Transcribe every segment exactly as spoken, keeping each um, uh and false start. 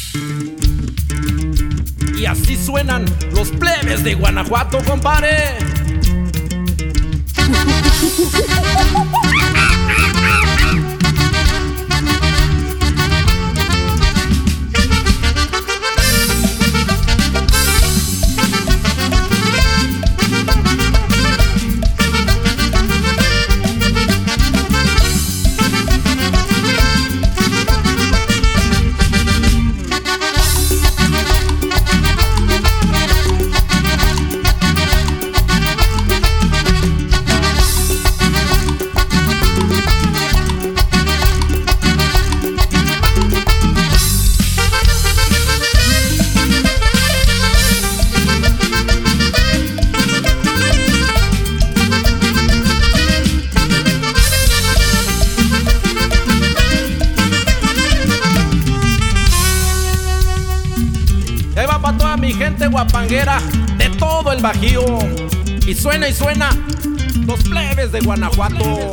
Y así suenan los plebes de Guanajuato, compadre. Ahí va para toda mi gente guapanguera de todo el Bajío. Y suena y suena los plebes de Guanajuato.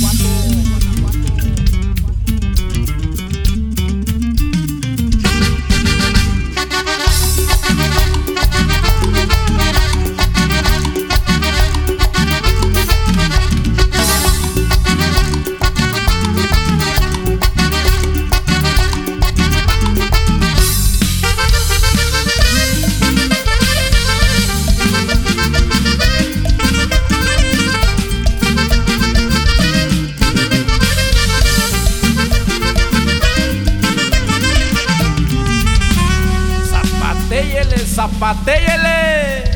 ¡Zapatéyele!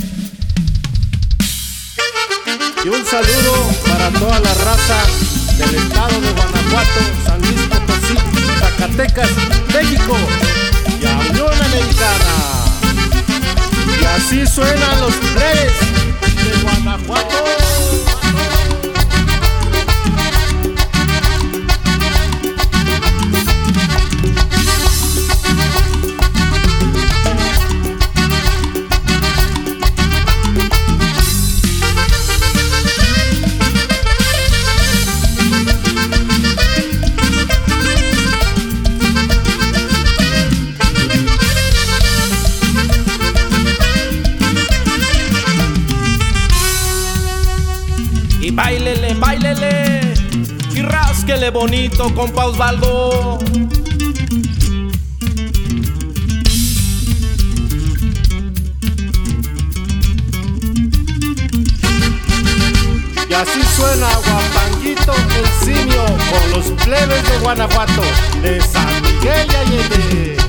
Y un saludo para toda la raza del estado de Guanajuato, San Luis Potosí, Zacatecas, México y a Unión Americana. Y así suenan los plebes de Guanajuato. Y báilele, báilele, y rásquele bonito, compa Osvaldo. Y así suena Guapanguito el Simio con los plebes de Guanajuato, de San Miguel de Allende.